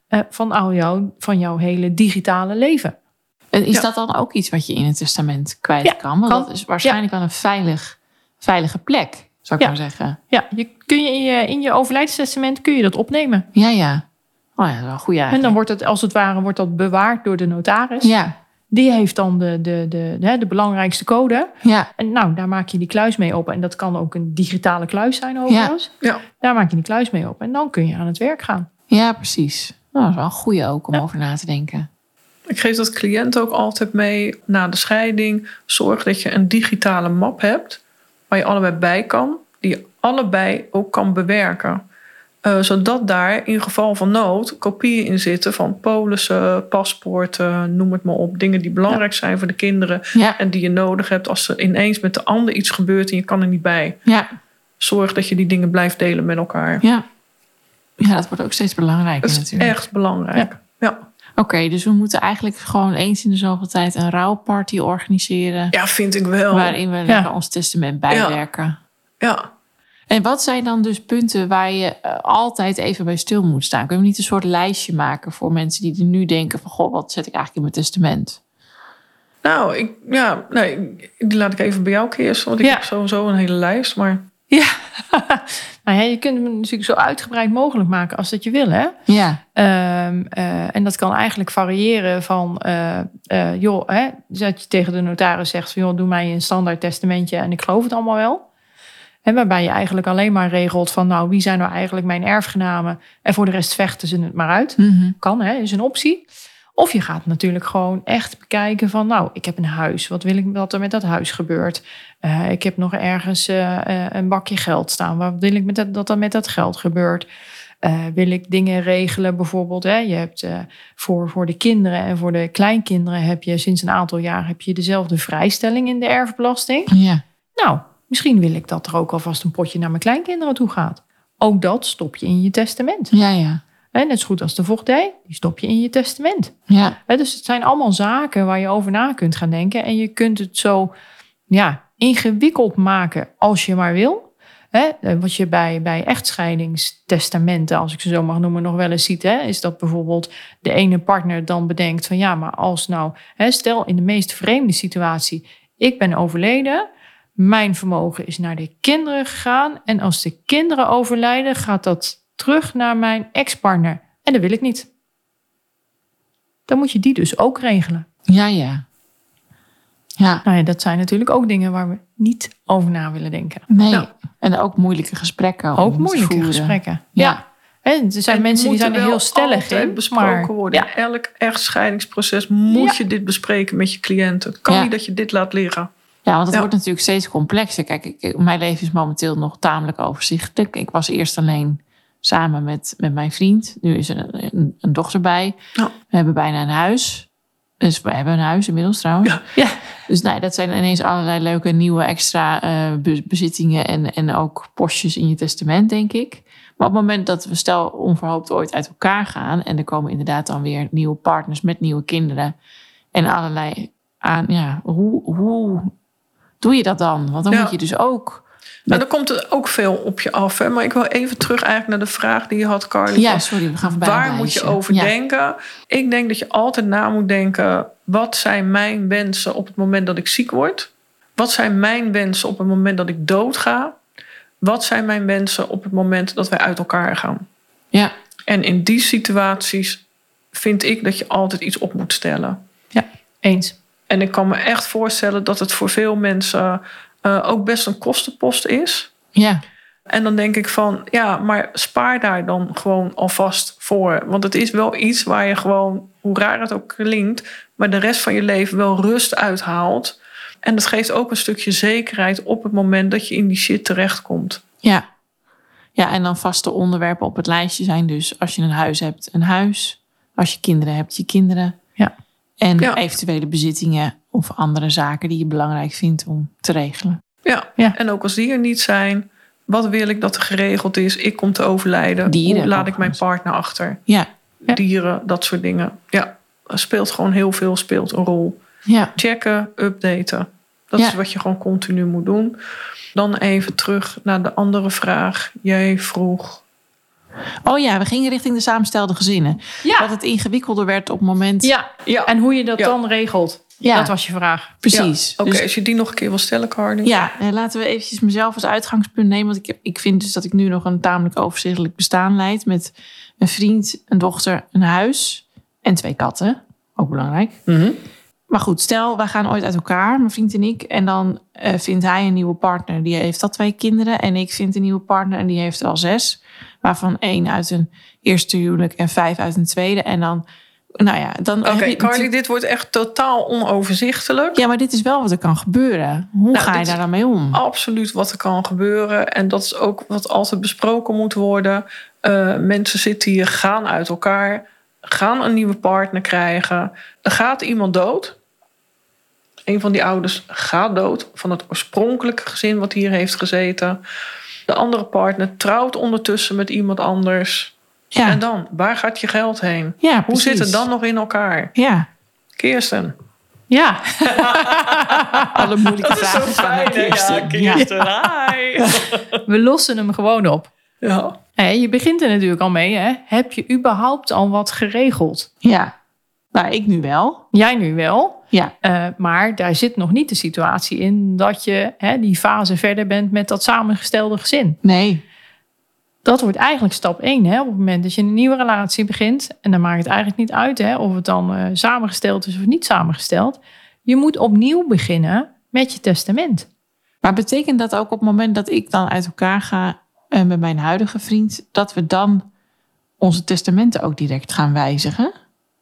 van jouw hele digitale leven. En is dat dan ook iets wat je in het testament kwijt kan? Want dat is waarschijnlijk wel een veilige plek, zou ik maar zeggen. Ja, in je overlijdenstestament kun je dat opnemen. Ja. Oh ja, dat is wel goed eigenlijk. En dan wordt het als het ware bewaard door de notaris. Ja. Die heeft dan de belangrijkste code. Ja, En nou, daar maak je die kluis mee open. En dat kan ook een digitale kluis zijn overigens. Ja. Daar maak je die kluis mee open. En dan kun je aan het werk gaan. ja, precies. Nou, dat is wel een goeie ook om Ja. over na te denken. Ik geef dat cliënt ook altijd mee na de scheiding. Zorg dat je een digitale map hebt waar je allebei bij kan. Die je allebei ook kan bewerken. Zodat daar in geval van nood kopieën in zitten van polissen, paspoorten, noem het maar op. Dingen die belangrijk zijn voor de kinderen. Ja, En die je nodig hebt als er ineens met de ander iets gebeurt en je kan er niet bij. ja, Zorg dat je die dingen blijft delen met elkaar. ja. Ja, dat wordt ook steeds belangrijker Dat is natuurlijk. echt belangrijk. Ja. Oké, dus we moeten eigenlijk gewoon eens in de zoveel tijd een rouwparty organiseren. Ja, vind ik wel. Waarin we lekker ons testament bijwerken. Ja. En wat zijn dan dus punten waar je altijd even bij stil moet staan? Kunnen we niet een soort lijstje maken voor mensen die er nu denken van... goh, wat zet ik eigenlijk in mijn testament? Nou, die laat ik even bij jou kiezen. Want ik Ja. heb sowieso een hele lijst. Maar Ja. Nou ja, je kunt hem natuurlijk zo uitgebreid mogelijk maken als dat je wil, hè? Ja, En dat kan eigenlijk variëren van... dat je tegen de notaris zegt van... joh, doe mij een standaard testamentje en ik geloof het allemaal wel. En waarbij je eigenlijk alleen maar regelt van... nou, wie zijn nou eigenlijk mijn erfgenamen? En voor de rest vechten ze het maar uit. Kan, hè? Is een optie. Of je gaat natuurlijk gewoon echt bekijken van... nou, ik heb een huis. Wat wil ik dat er met dat huis gebeurt? Ik heb nog ergens een bakje geld staan. Wat wil ik dat er met dat geld gebeurt? Wil ik dingen regelen bijvoorbeeld? Hè? Je hebt voor de kinderen en voor de kleinkinderen... heb je sinds een aantal jaar heb je dezelfde vrijstelling in de erfbelasting. ja, Nou, misschien wil ik dat er ook alvast een potje naar mijn kleinkinderen toe gaat. Ook dat stop je in je testament. ja. Net zo goed als de voogdij, die stop je in je testament. Ja, Dus het zijn allemaal zaken waar je over na kunt gaan denken. En je kunt het zo ingewikkeld maken als je maar wil. Wat je bij echtscheidingstestamenten, als ik ze zo mag noemen, nog wel eens ziet. Is dat bijvoorbeeld de ene partner dan bedenkt van... ja, maar als nou, stel in de meest vreemde situatie... ik ben overleden, mijn vermogen is naar de kinderen gegaan... en als de kinderen overlijden, gaat dat terug naar mijn ex-partner. En dat wil ik niet. Dan moet je die dus ook regelen. ja. Ja, Nou ja, dat zijn natuurlijk ook dingen waar we niet over na willen denken. nee. Nou. En ook moeilijke gesprekken. Ook om te moeilijke voeren. gesprekken. Ja. Ja. En er zijn En mensen die zijn er moet heel wel stellig altijd in. besproken Maar worden. ja, In elk echtscheidingsproces moet Ja. je dit bespreken met je cliënten. Het kan Ja. niet dat je dit laat liggen. Ja, want het Ja. wordt natuurlijk steeds complexer. Kijk, mijn leven is momenteel nog tamelijk overzichtelijk. Ik was eerst alleen samen met mijn vriend. Nu is er een dochter bij. Ja. We hebben bijna een huis. Dus we hebben een huis inmiddels trouwens. Ja. ja. Dus nee, dat zijn ineens allerlei leuke nieuwe extra bezittingen en ook postjes in je testament, denk ik. Maar op het moment dat we stel onverhoopt ooit uit elkaar gaan... en er komen inderdaad dan weer nieuwe partners met nieuwe kinderen... en allerlei aan, ja, hoe doe je dat dan? Want dan Ja. moet je dus ook... Nou, dan komt er ook veel op je af. Hè? Maar ik wil even terug eigenlijk naar de vraag die je had, Carly. Ja, van, sorry, we gaan voorbij aan waar het moet je lijstje. over Ja. denken? Ik denk dat je altijd na moet denken... wat zijn mijn wensen op het moment dat ik ziek word? Wat zijn mijn wensen op het moment dat ik doodga? Wat zijn mijn wensen op het moment dat wij uit elkaar gaan? Ja, En in die situaties vind ik dat je altijd iets op moet stellen. Eens. En ik kan me echt voorstellen dat het voor veel mensen ook best een kostenpost is. ja, En dan denk ik van, ja, maar spaar daar dan gewoon alvast voor. Want het is wel iets waar je gewoon, hoe raar het ook klinkt... maar de rest van je leven wel rust uithaalt. En dat geeft ook een stukje zekerheid op het moment dat je in die shit terechtkomt. ja. Ja, en dan vaste onderwerpen op het lijstje zijn dus... als je een huis hebt, een huis. Als je kinderen hebt, je kinderen. Ja. En Ja. eventuele bezittingen of andere zaken die je belangrijk vindt om te regelen. Ja. Ja. En ook als die er niet zijn, wat wil ik dat er geregeld is? Ik kom te overlijden. Dieren Hoe laat ik mijn overigens. partner achter? Ja, Ja. Dieren, dat soort dingen. Ja, er speelt gewoon heel veel, speelt een rol. ja, Checken, updaten. Dat Ja. is wat je gewoon continu moet doen. Dan even terug naar de andere vraag. Jij vroeg... Oh ja, we gingen richting de samenstelde gezinnen. Ja. Dat het ingewikkelder werd op het moment... Ja. Ja, En hoe je dat Ja. dan regelt. Ja. Dat was je vraag. Precies. Oké, Dus als je die nog een keer wil stellen, Carly. ja, laten we eventjes mezelf als uitgangspunt nemen. Want ik vind dus dat ik nu nog een tamelijk overzichtelijk bestaan leid. Met een vriend, een dochter, een huis en 2 katten. Ook belangrijk. Mhm. Maar goed, stel, wij gaan ooit uit elkaar, mijn vriend en ik. En dan vindt hij een nieuwe partner. Die heeft al 2 kinderen. En ik vind een nieuwe partner en die heeft er al 6. Waarvan 1 uit een eerste huwelijk en 5 uit een tweede. En dan, dan... Oké, Carly, dit wordt echt totaal onoverzichtelijk. Ja, maar dit is wel wat er kan gebeuren. Hoe ga je daar dan mee om? Absoluut wat er kan gebeuren. En dat is ook wat altijd besproken moet worden. Mensen zitten hier, gaan uit elkaar, gaan een nieuwe partner krijgen. Er gaat iemand dood. Een van die ouders gaat dood van het oorspronkelijke gezin wat hier heeft gezeten. De andere partner trouwt ondertussen met iemand anders. Ja. En dan, waar gaat je geld heen? Ja, Hoe precies. zit het dan nog in elkaar? Ja. Kirsten. Ja, Alle moeilijke vragen gaan naar Kirsten. Kirsten, hi. we lossen hem gewoon op. Ja. Je begint er natuurlijk al mee. Hè? Heb je überhaupt al wat geregeld? Ja. Nou, ik nu wel. Jij nu wel. Ja. Maar daar zit nog niet de situatie in dat je die fase verder bent met dat samengestelde gezin. Nee. Dat wordt eigenlijk stap 1. Hè? Op het moment dat je een nieuwe relatie begint. En dan maakt het eigenlijk niet uit hè, of het dan samengesteld is of niet samengesteld. Je moet opnieuw beginnen met je testament. Maar betekent dat ook op het moment dat ik dan uit elkaar ga met mijn huidige vriend, dat we dan onze testamenten ook direct gaan wijzigen?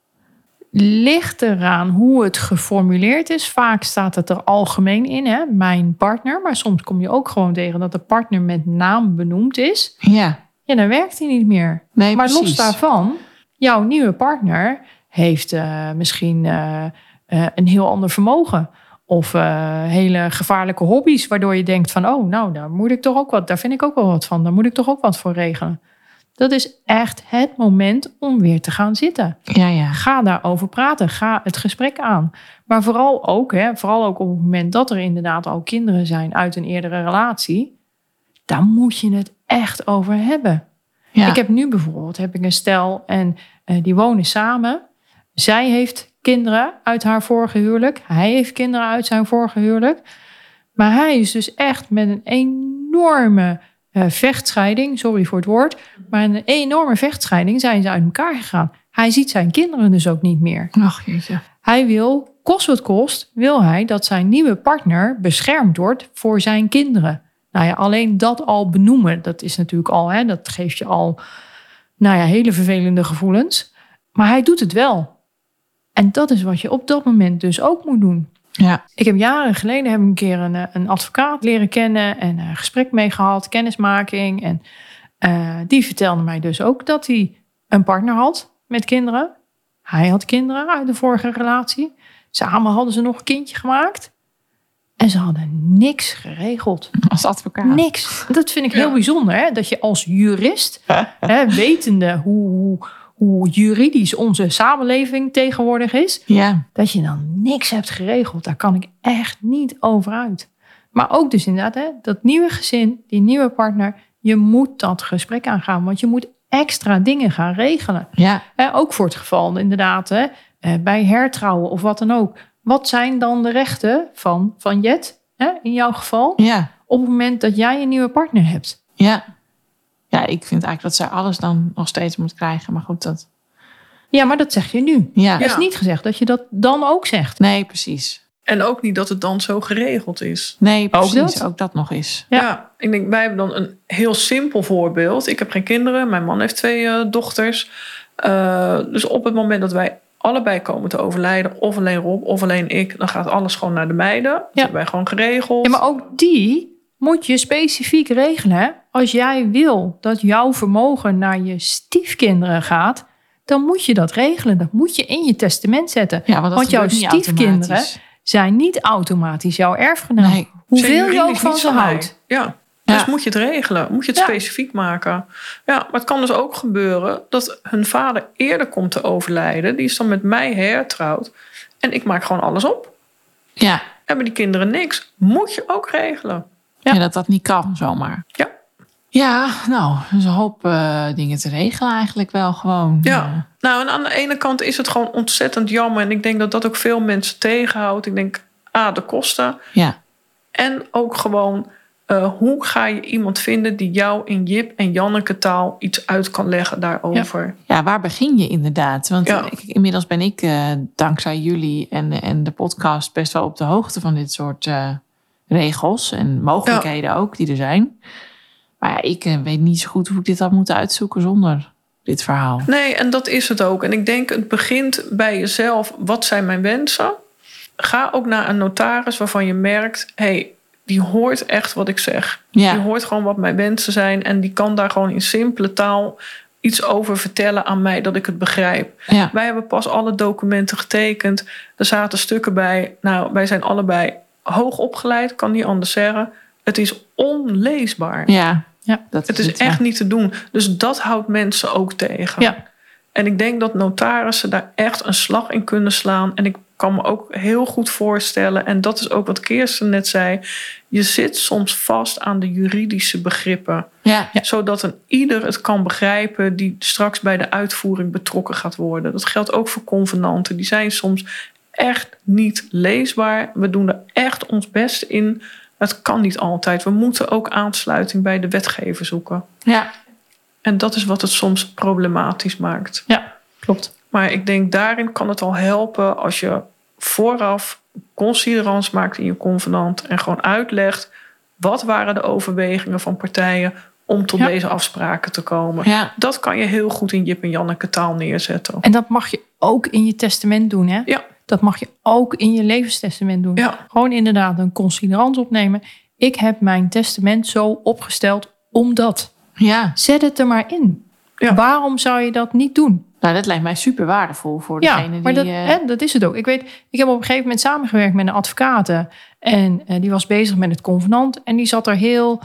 Ligt eraan hoe het geformuleerd is. Vaak staat het er algemeen in, hè? Mijn partner. Maar soms kom je ook gewoon tegen dat de partner met naam benoemd is. Ja. Ja, dan werkt hij niet meer. Nee, maar precies. los daarvan, jouw nieuwe partner heeft misschien een heel ander vermogen. Of hele gevaarlijke hobby's, waardoor je denkt van, oh, nou, daar moet ik toch ook wat, daar vind ik ook wel wat van. Daar moet ik toch ook wat voor regelen. Dat is echt het moment om weer te gaan zitten. Ja. Ga daarover praten. Ga het gesprek aan. Maar vooral ook op het moment dat er inderdaad al kinderen zijn uit een eerdere relatie. Daar moet je het echt over hebben. Ja. Ik heb nu bijvoorbeeld een stel en die wonen samen. Zij heeft kinderen uit haar vorige huwelijk. Hij heeft kinderen uit zijn vorige huwelijk. Maar hij is dus echt met een enorme vechtscheiding, sorry voor het woord, maar een enorme vechtscheiding zijn ze uit elkaar gegaan. Hij ziet zijn kinderen dus ook niet meer. Ach, jeetje. Hij wil, kost wat kost, wil hij dat zijn nieuwe partner beschermd wordt voor zijn kinderen. Nou ja, alleen dat al benoemen, dat is natuurlijk al, dat geeft je al, hele vervelende gevoelens. Maar hij doet het wel. En dat is wat je op dat moment dus ook moet doen. Ja. Ik heb jaren geleden een keer een advocaat leren kennen en een gesprek mee gehad, kennismaking. En die vertelde mij dus ook dat hij een partner had met kinderen. Hij had kinderen uit de vorige relatie. Samen hadden ze nog een kindje gemaakt. En ze hadden niks geregeld. Als advocaat. Niks. Dat vind ik heel bijzonder. Hè? Dat je als jurist, wetende hoe juridisch onze samenleving tegenwoordig is, dat je dan niks hebt geregeld. Daar kan ik echt niet over uit. Maar ook dus inderdaad, dat nieuwe gezin, die nieuwe partner, je moet dat gesprek aangaan. Want je moet extra dingen gaan regelen. Ja. Ook voor het geval inderdaad, bij hertrouwen of wat dan ook. Wat zijn dan de rechten van Jet, in jouw geval, op het moment dat jij een nieuwe partner hebt? Ja. Ja, ik vind eigenlijk dat zij alles dan nog steeds moet krijgen. Maar goed, dat... Ja, maar dat zeg je nu. Ja. Het is niet gezegd dat je dat dan ook zegt. Nee, precies. En ook niet dat het dan zo geregeld is. Nee, precies. Ook dat? Ook dat nog eens. Ja, ik denk, wij hebben dan een heel simpel voorbeeld. Ik heb geen kinderen, mijn man heeft 2 dochters. Dus op het moment dat wij allebei komen te overlijden, of alleen Rob, of alleen ik, dan gaat alles gewoon naar de meiden. Dat hebben wij gewoon geregeld. Ja, maar ook die moet je specifiek regelen. Hè? Als jij wil dat jouw vermogen naar je stiefkinderen gaat, dan moet je dat regelen. Dat moet je in je testament zetten. Ja, want jouw niet stiefkinderen automatisch. zijn niet automatisch jouw erfgenaam. Nee. Hoeveel je ook van ze houdt. Ja. Dus moet je het regelen. Moet je het specifiek maken. Ja, maar het kan dus ook gebeuren dat hun vader eerder komt te overlijden. Die is dan met mij hertrouwd. En ik maak gewoon alles op. Ja. Hebben die kinderen niks. Moet je ook regelen. Ja, dat niet kan zomaar. Ja. Ja, nou, dus een hoop dingen te regelen eigenlijk wel gewoon. Ja. Nou, en aan de ene kant is het gewoon ontzettend jammer. En ik denk dat dat ook veel mensen tegenhoudt. Ik denk, de kosten. Ja. En ook gewoon Hoe ga je iemand vinden die jou in Jip en Janneke taal iets uit kan leggen daarover? Ja, waar begin je inderdaad? Want Ja. inmiddels ben ik dankzij jullie en de podcast best wel op de hoogte van dit soort regels en mogelijkheden ook die er zijn. Maar ja, ik weet niet zo goed hoe ik dit had moeten uitzoeken zonder dit verhaal. Nee, en dat is het ook. En ik denk, het begint bij jezelf. Wat zijn mijn wensen? Ga ook naar een notaris waarvan je merkt, die hoort echt wat ik zeg. Ja. Die hoort gewoon wat mijn wensen zijn. En die kan daar gewoon in simpele taal iets over vertellen aan mij, dat ik het begrijp. Ja. Wij hebben pas alle documenten getekend. Er zaten stukken bij. Nou, wij zijn allebei hoog opgeleid, kan niet anders zeggen. Het is onleesbaar. Ja. Dat Het is echt niet te doen. Dus dat houdt mensen ook tegen. Ja. En ik denk dat notarissen daar echt een slag in kunnen slaan. En ik kan me ook heel goed voorstellen, en dat is ook wat Kirsten net zei, je zit soms vast aan de juridische begrippen. Ja. Zodat een ieder het kan begrijpen die straks bij de uitvoering betrokken gaat worden. Dat geldt ook voor convenanten. Die zijn soms echt niet leesbaar. We doen er echt ons best in. Het kan niet altijd. We moeten ook aansluiting bij de wetgever zoeken. Ja. En dat is wat het soms problematisch maakt. Ja, klopt. Maar ik denk, daarin kan het al helpen als je vooraf considerans maakt in je convenant en gewoon uitlegt wat waren de overwegingen van partijen om tot deze afspraken te komen. Ja. Dat kan je heel goed in Jip en Janneke taal neerzetten. En dat mag je ook in je testament doen, hè? Ja. Dat mag je ook in je levenstestament doen. Ja. Gewoon inderdaad een considerans opnemen. Ik heb mijn testament zo opgesteld omdat. Ja. Zet het er maar in. Ja. Waarom zou je dat niet doen? Nou, dat lijkt mij super waardevol voor Ja, degene maar die... dat is het ook. Ik weet, ik heb op een gegeven moment samengewerkt met een advocaat. En die was bezig met het convenant. En die zat er heel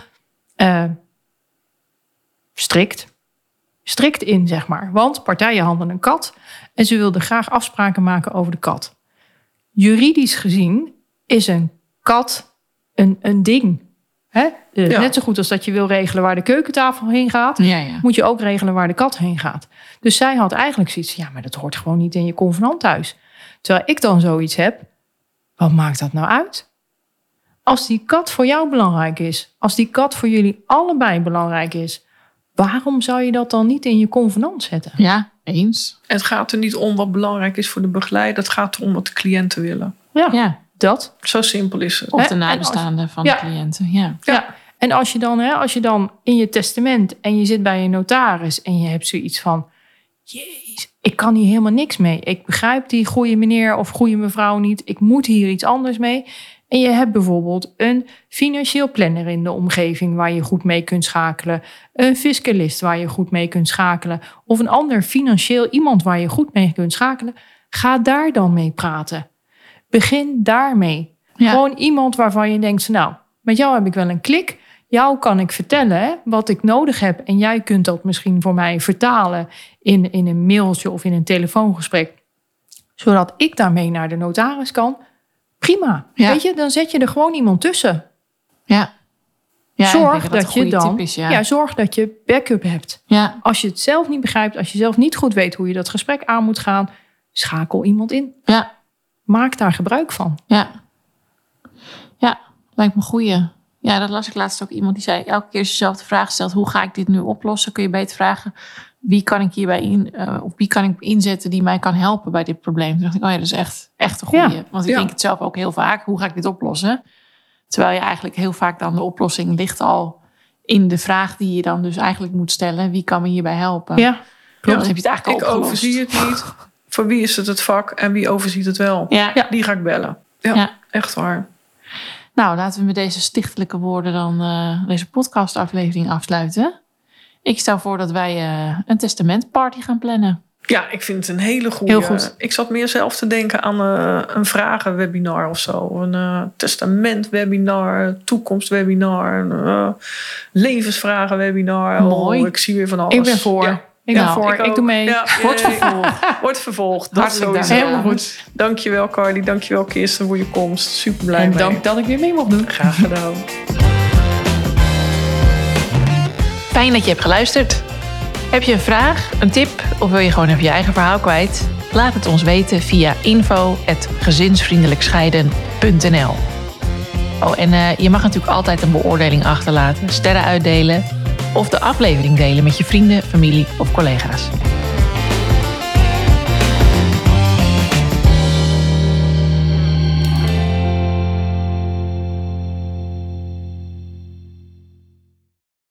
strikt in, zeg maar. Want partijen hadden een kat. En ze wilden graag afspraken maken over de kat. Juridisch gezien is een kat een ding. Hè? Ja. Net zo goed als dat je wil regelen waar de keukentafel heen gaat. Ja. Moet je ook regelen waar de kat heen gaat. Dus zij had eigenlijk zoiets, ja, maar dat hoort gewoon niet in je convenant thuis. Terwijl ik dan zoiets heb, wat maakt dat nou uit? Als die kat voor jou belangrijk is, als die kat voor jullie allebei belangrijk is, waarom zou je dat dan niet in je convenant zetten? Ja, eens. Het gaat er niet om wat belangrijk is voor de begeleider. Het gaat erom wat de cliënten willen. Ja. Dat. Zo simpel is het. Of de En nabestaanden van Ja. de cliënten. Ja. Ja. En als je dan in je testament en je zit bij een notaris en je hebt zoiets van, jeez, ik kan hier helemaal niks mee. Ik begrijp die goede meneer of goede mevrouw niet. Ik moet hier iets anders mee. En je hebt bijvoorbeeld een financieel planner in de omgeving waar je goed mee kunt schakelen. Een fiscalist waar je goed mee kunt schakelen. Of een ander financieel iemand waar je goed mee kunt schakelen. Ga daar dan mee praten. Begin daarmee. Ja. Gewoon iemand waarvan je denkt, nou, met jou heb ik wel een klik. Jou kan ik vertellen hè, wat ik nodig heb. En jij kunt dat misschien voor mij vertalen in een mailtje of in een telefoongesprek. Zodat ik daarmee naar de notaris kan. Prima. Ja. Weet je, dan zet je er gewoon iemand tussen. Ja. Ja, ik Zorg denk dat een goede je dan tip is, ja. zorg dat je backup hebt. Ja. Als je het zelf niet begrijpt, als je zelf niet goed weet hoe je dat gesprek aan moet gaan, schakel iemand in. Ja. Maak daar gebruik van. Ja. Ja, lijkt me een goeie. Ja, dat las ik laatst ook iemand die zei, elke keer als je jezelf de vraag stelt, hoe ga ik dit nu oplossen? Kun je beter vragen, wie kan ik hierbij of wie kan ik inzetten die mij kan helpen bij dit probleem? Toen dacht ik, oh ja, dat is echt een goeie. Ja. Want ik Ja. denk het zelf ook heel vaak, hoe ga ik dit oplossen? Terwijl je eigenlijk heel vaak dan de oplossing ligt al in de vraag die je dan dus eigenlijk moet stellen. Wie kan me hierbij helpen? Ja, Dan heb je het eigenlijk Ik al opgelost. overzie het niet. Voor wie is het vak en wie overziet het wel? Ja. Ja. Die ga ik bellen. Ja, Ja. echt waar. Nou, laten we met deze stichtelijke woorden dan deze podcastaflevering afsluiten. Ik stel voor dat wij een testamentparty gaan plannen. Ja, ik vind het een hele goede. Heel goed. Ik zat meer zelf te denken aan een vragenwebinar of zo. Een testamentwebinar, toekomstwebinar, een levensvragenwebinar. Mooi. Oh, ik zie weer van alles. ik ben voor. Ja. Ik ben Nou, voor. Ik doe mee. Ja, Wordt jee. vervolgd. Wordt vervolgd. Dat Hartelijk dank. sowieso. Helemaal goed. Dankjewel Carly, dankjewel Kirsten voor je komst. Super blij En mee. dank dat ik weer mee mocht doen. Graag gedaan. Fijn dat je hebt geluisterd. Heb je een vraag, een tip of wil je gewoon even je eigen verhaal kwijt? Laat het ons weten via info@gezinsvriendelijkscheiden.nl. Oh, en je mag natuurlijk altijd een beoordeling achterlaten, sterren uitdelen of de aflevering delen met je vrienden, familie of collega's.